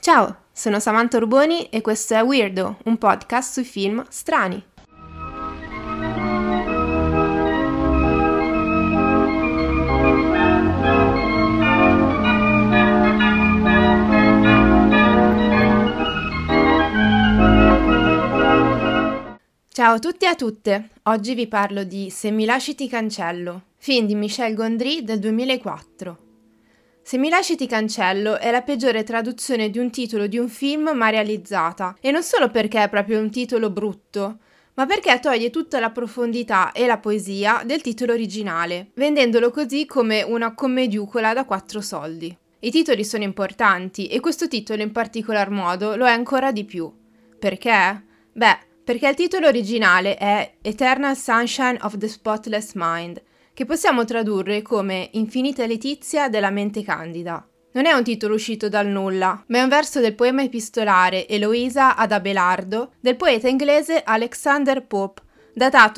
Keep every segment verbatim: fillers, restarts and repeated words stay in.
Ciao, sono Samantha Urboni e questo è Weirdo, un podcast sui film strani. Ciao a tutti e a tutte, oggi vi parlo di Se mi lasci ti cancello, film di Michel Gondry del duemilaquattro. Se mi lasci ti cancello è la peggiore traduzione di un titolo di un film mai realizzata, e non solo perché è proprio un titolo brutto, ma perché toglie tutta la profondità e la poesia del titolo originale, vendendolo così come una commediucola da quattro soldi. I titoli sono importanti e questo titolo in particolar modo lo è ancora di più. Perché? Beh, perché il titolo originale è Eternal Sunshine of the Spotless Mind, che possiamo tradurre come Infinita letizia della mente candida. Non è un titolo uscito dal nulla, ma è un verso del poema epistolare Eloisa ad Abelardo del poeta inglese Alexander Pope, datato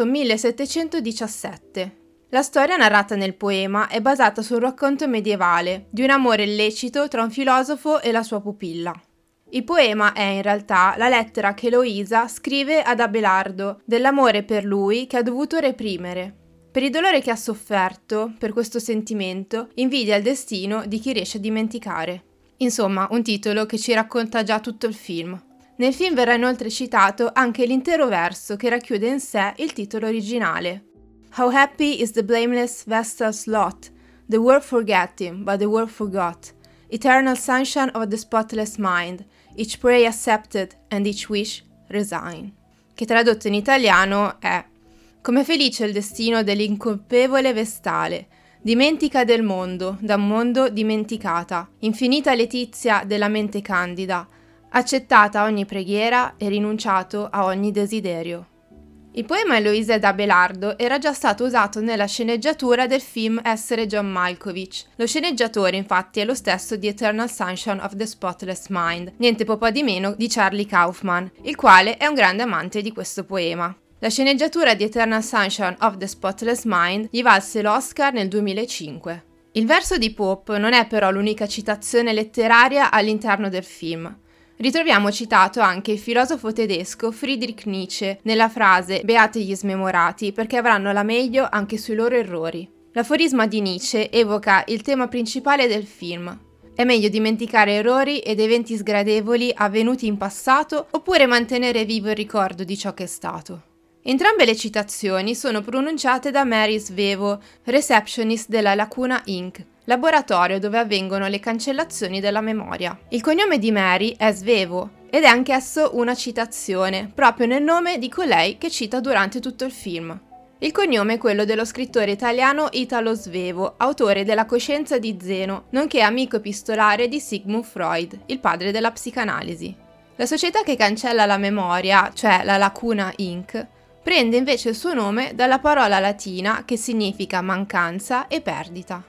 millesettecentodiciassette. La storia narrata nel poema è basata sul racconto medievale di un amore illecito tra un filosofo e la sua pupilla. Il poema è in realtà la lettera che Eloisa scrive ad Abelardo dell'amore per lui che ha dovuto reprimere. Per il dolore che ha sofferto, per questo sentimento, invidia il destino di chi riesce a dimenticare. Insomma, un titolo che ci racconta già tutto il film. Nel film verrà inoltre citato anche l'intero verso che racchiude in sé il titolo originale. How happy is the blameless vestal's lot, the world forget him, but the world forgot. Eternal sunshine of the spotless mind, each prayer accepted and each wish resigned. Che tradotto in italiano è: come felice il destino dell'incolpevole vestale, dimentica del mondo, da un mondo dimenticata, infinita letizia della mente candida, accettata ogni preghiera e rinunciato a ogni desiderio. Il poema Eloisa ed Abelardo era già stato usato nella sceneggiatura del film Essere John Malkovich. Lo sceneggiatore, infatti, è lo stesso di Eternal Sunshine of the Spotless Mind, niente po' di meno di Charlie Kaufman, il quale è un grande amante di questo poema. La sceneggiatura di Eternal Sunshine of the Spotless Mind gli valse l'Oscar nel duemilacinque. Il verso di Pope non è però l'unica citazione letteraria all'interno del film. Ritroviamo citato anche il filosofo tedesco Friedrich Nietzsche nella frase «Beati gli smemorati perché avranno la meglio anche sui loro errori». L'aforisma di Nietzsche evoca il tema principale del film. È meglio dimenticare errori ed eventi sgradevoli avvenuti in passato oppure mantenere vivo il ricordo di ciò che è stato. Entrambe le citazioni sono pronunciate da Mary Svevo, receptionist della Lacuna incorporated, laboratorio dove avvengono le cancellazioni della memoria. Il cognome di Mary è Svevo ed è anch'esso una citazione, proprio nel nome di colei che cita durante tutto il film. Il cognome è quello dello scrittore italiano Italo Svevo, autore della Coscienza di Zeno, nonché amico epistolare di Sigmund Freud, il padre della psicanalisi. La società che cancella la memoria, cioè la Lacuna incorporated, prende invece il suo nome dalla parola latina che significa mancanza e perdita.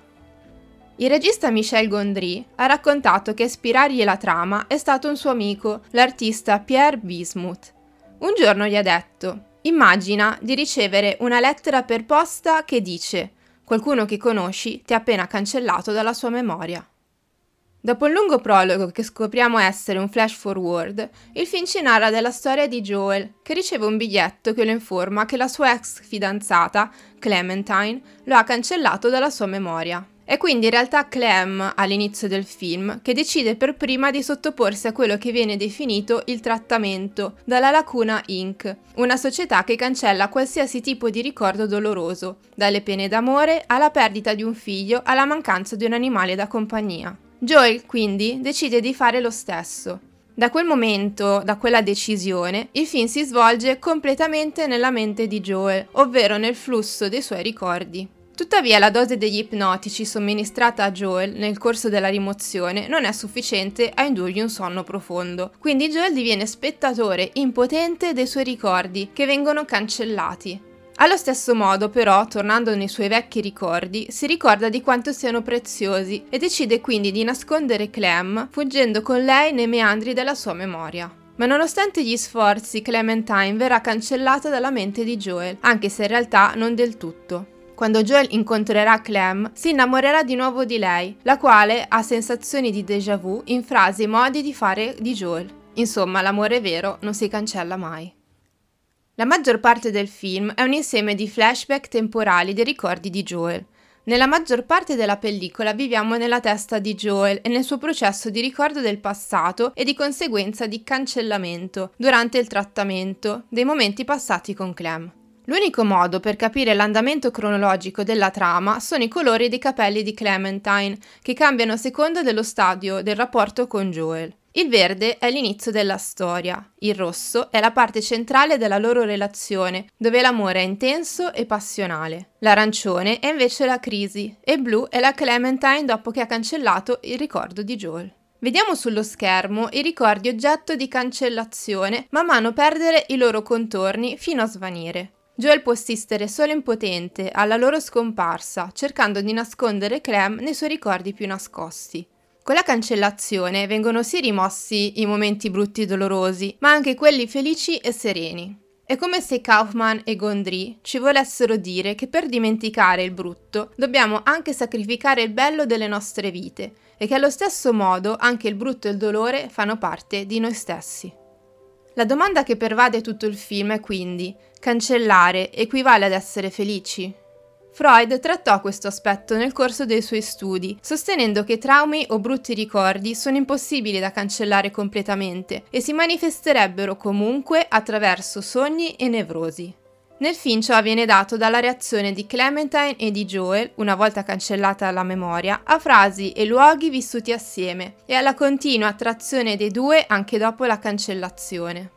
Il regista Michel Gondry ha raccontato che a ispirargli la trama è stato un suo amico, l'artista Pierre Bismuth. Un giorno gli ha detto: immagina di ricevere una lettera per posta che dice «Qualcuno che conosci ti ha appena cancellato dalla sua memoria». Dopo un lungo prologo che scopriamo essere un flash forward, il film ci narra della storia di Joel, che riceve un biglietto che lo informa che la sua ex fidanzata, Clementine, lo ha cancellato dalla sua memoria. È quindi in realtà Clem, all'inizio del film, che decide per prima di sottoporsi a quello che viene definito il trattamento dalla Lacuna incorporated, una società che cancella qualsiasi tipo di ricordo doloroso, dalle pene d'amore alla perdita di un figlio alla mancanza di un animale da compagnia. Joel, quindi, decide di fare lo stesso. Da quel momento, da quella decisione, il film si svolge completamente nella mente di Joel, ovvero nel flusso dei suoi ricordi. Tuttavia la dose degli ipnotici somministrata a Joel nel corso della rimozione non è sufficiente a indurgli un sonno profondo, quindi Joel diviene spettatore impotente dei suoi ricordi che vengono cancellati. Allo stesso modo, però, tornando nei suoi vecchi ricordi, si ricorda di quanto siano preziosi e decide quindi di nascondere Clem, fuggendo con lei nei meandri della sua memoria. Ma nonostante gli sforzi, Clementine verrà cancellata dalla mente di Joel, anche se in realtà non del tutto. Quando Joel incontrerà Clem, si innamorerà di nuovo di lei, la quale ha sensazioni di déjà vu in frasi e modi di fare di Joel. Insomma, l'amore vero non si cancella mai. La maggior parte del film è un insieme di flashback temporali dei ricordi di Joel. Nella maggior parte della pellicola viviamo nella testa di Joel e nel suo processo di ricordo del passato e di conseguenza di cancellamento durante il trattamento dei momenti passati con Clem. L'unico modo per capire l'andamento cronologico della trama sono i colori dei capelli di Clementine, che cambiano a seconda dello stadio del rapporto con Joel. Il verde è l'inizio della storia, il rosso è la parte centrale della loro relazione, dove l'amore è intenso e passionale. L'arancione è invece la crisi e il blu è la Clementine dopo che ha cancellato il ricordo di Joel. Vediamo sullo schermo i ricordi oggetto di cancellazione man mano perdere i loro contorni fino a svanire. Joel può assistere solo impotente alla loro scomparsa, cercando di nascondere Clem nei suoi ricordi più nascosti. Con la cancellazione vengono sì rimossi i momenti brutti e dolorosi, ma anche quelli felici e sereni. È come se Kaufman e Gondry ci volessero dire che per dimenticare il brutto dobbiamo anche sacrificare il bello delle nostre vite e che allo stesso modo anche il brutto e il dolore fanno parte di noi stessi. La domanda che pervade tutto il film è quindi: cancellare equivale ad essere felici? Freud trattò questo aspetto nel corso dei suoi studi, sostenendo che traumi o brutti ricordi sono impossibili da cancellare completamente e si manifesterebbero comunque attraverso sogni e nevrosi. Nel film ciò viene dato dalla reazione di Clementine e di Joel, una volta cancellata la memoria, a frasi e luoghi vissuti assieme e alla continua attrazione dei due anche dopo la cancellazione.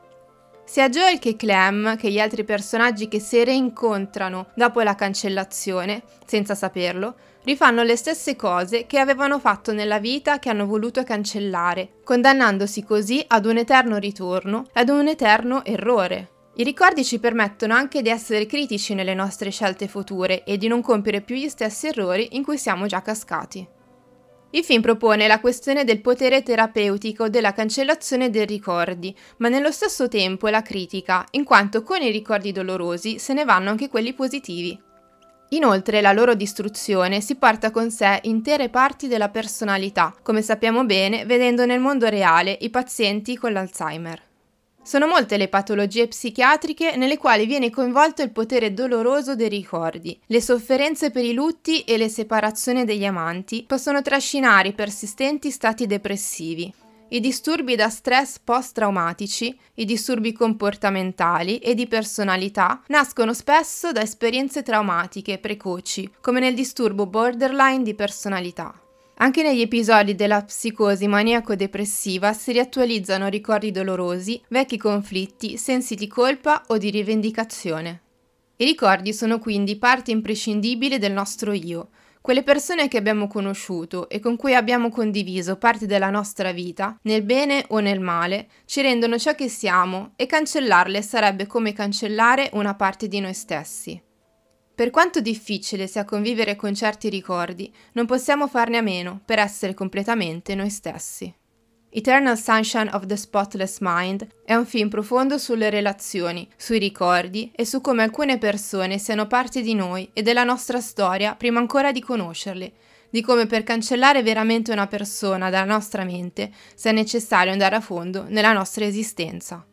Sia Joel che Clem, che gli altri personaggi che si reincontrano dopo la cancellazione, senza saperlo, rifanno le stesse cose che avevano fatto nella vita che hanno voluto cancellare, condannandosi così ad un eterno ritorno e ad un eterno errore. I ricordi ci permettono anche di essere critici nelle nostre scelte future e di non compiere più gli stessi errori in cui siamo già cascati. Il film propone la questione del potere terapeutico della cancellazione dei ricordi, ma nello stesso tempo la critica, in quanto con i ricordi dolorosi se ne vanno anche quelli positivi. Inoltre la loro distruzione si porta con sé intere parti della personalità, come sappiamo bene vedendo nel mondo reale i pazienti con l'Alzheimer. Sono molte le patologie psichiatriche nelle quali viene coinvolto il potere doloroso dei ricordi. Le sofferenze per i lutti e le separazioni degli amanti possono trascinare i persistenti stati depressivi. I disturbi da stress post-traumatici, i disturbi comportamentali e di personalità nascono spesso da esperienze traumatiche precoci, come nel disturbo borderline di personalità. Anche negli episodi della psicosi maniaco-depressiva si riattualizzano ricordi dolorosi, vecchi conflitti, sensi di colpa o di rivendicazione. I ricordi sono quindi parte imprescindibile del nostro io. Quelle persone che abbiamo conosciuto e con cui abbiamo condiviso parte della nostra vita, nel bene o nel male, ci rendono ciò che siamo e cancellarle sarebbe come cancellare una parte di noi stessi. Per quanto difficile sia convivere con certi ricordi, non possiamo farne a meno per essere completamente noi stessi. Eternal Sunshine of the Spotless Mind è un film profondo sulle relazioni, sui ricordi e su come alcune persone siano parte di noi e della nostra storia prima ancora di conoscerle, di come per cancellare veramente una persona dalla nostra mente sia necessario andare a fondo nella nostra esistenza.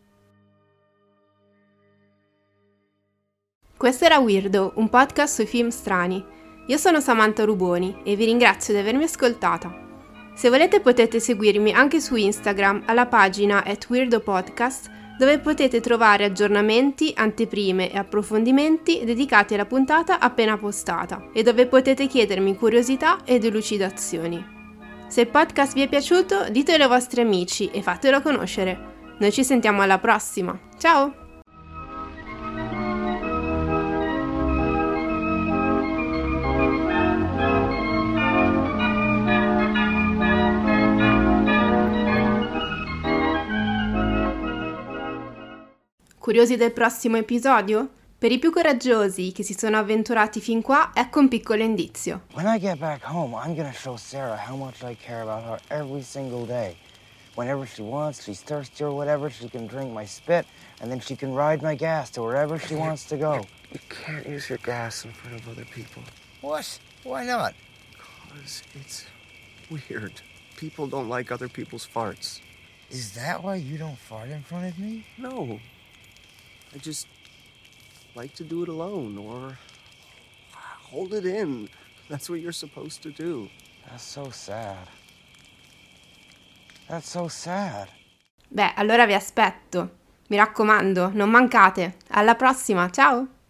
Questo era Weirdo, un podcast sui film strani. Io sono Samantha Ruboni e vi ringrazio di avermi ascoltata. Se volete potete seguirmi anche su Instagram alla pagina at weirdopodcast, dove potete trovare aggiornamenti, anteprime e approfondimenti dedicati alla puntata appena postata e dove potete chiedermi curiosità e delucidazioni. Se il podcast vi è piaciuto, ditelo ai vostri amici e fatelo conoscere. Noi ci sentiamo alla prossima. Ciao! Curiosi del prossimo episodio? Per i più coraggiosi che si sono avventurati fin qua, ecco un piccolo indizio. When I get back home, I'm gonna show Sarah how much I care about her every single day. Whenever she wants, she's thirsty or whatever, she can drink my spit, and then she can ride my gas to wherever she wants to go. You can't use your gas in front of other people. What? Why not? Because it's weird. People don't like other people's farts. Is that why you don't fart in front of me? No. I just like to do it alone or hold it in. That's what you're supposed to do. That's so sad. That's so sad. Beh, allora vi aspetto. Mi raccomando, non mancate. Alla prossima, ciao!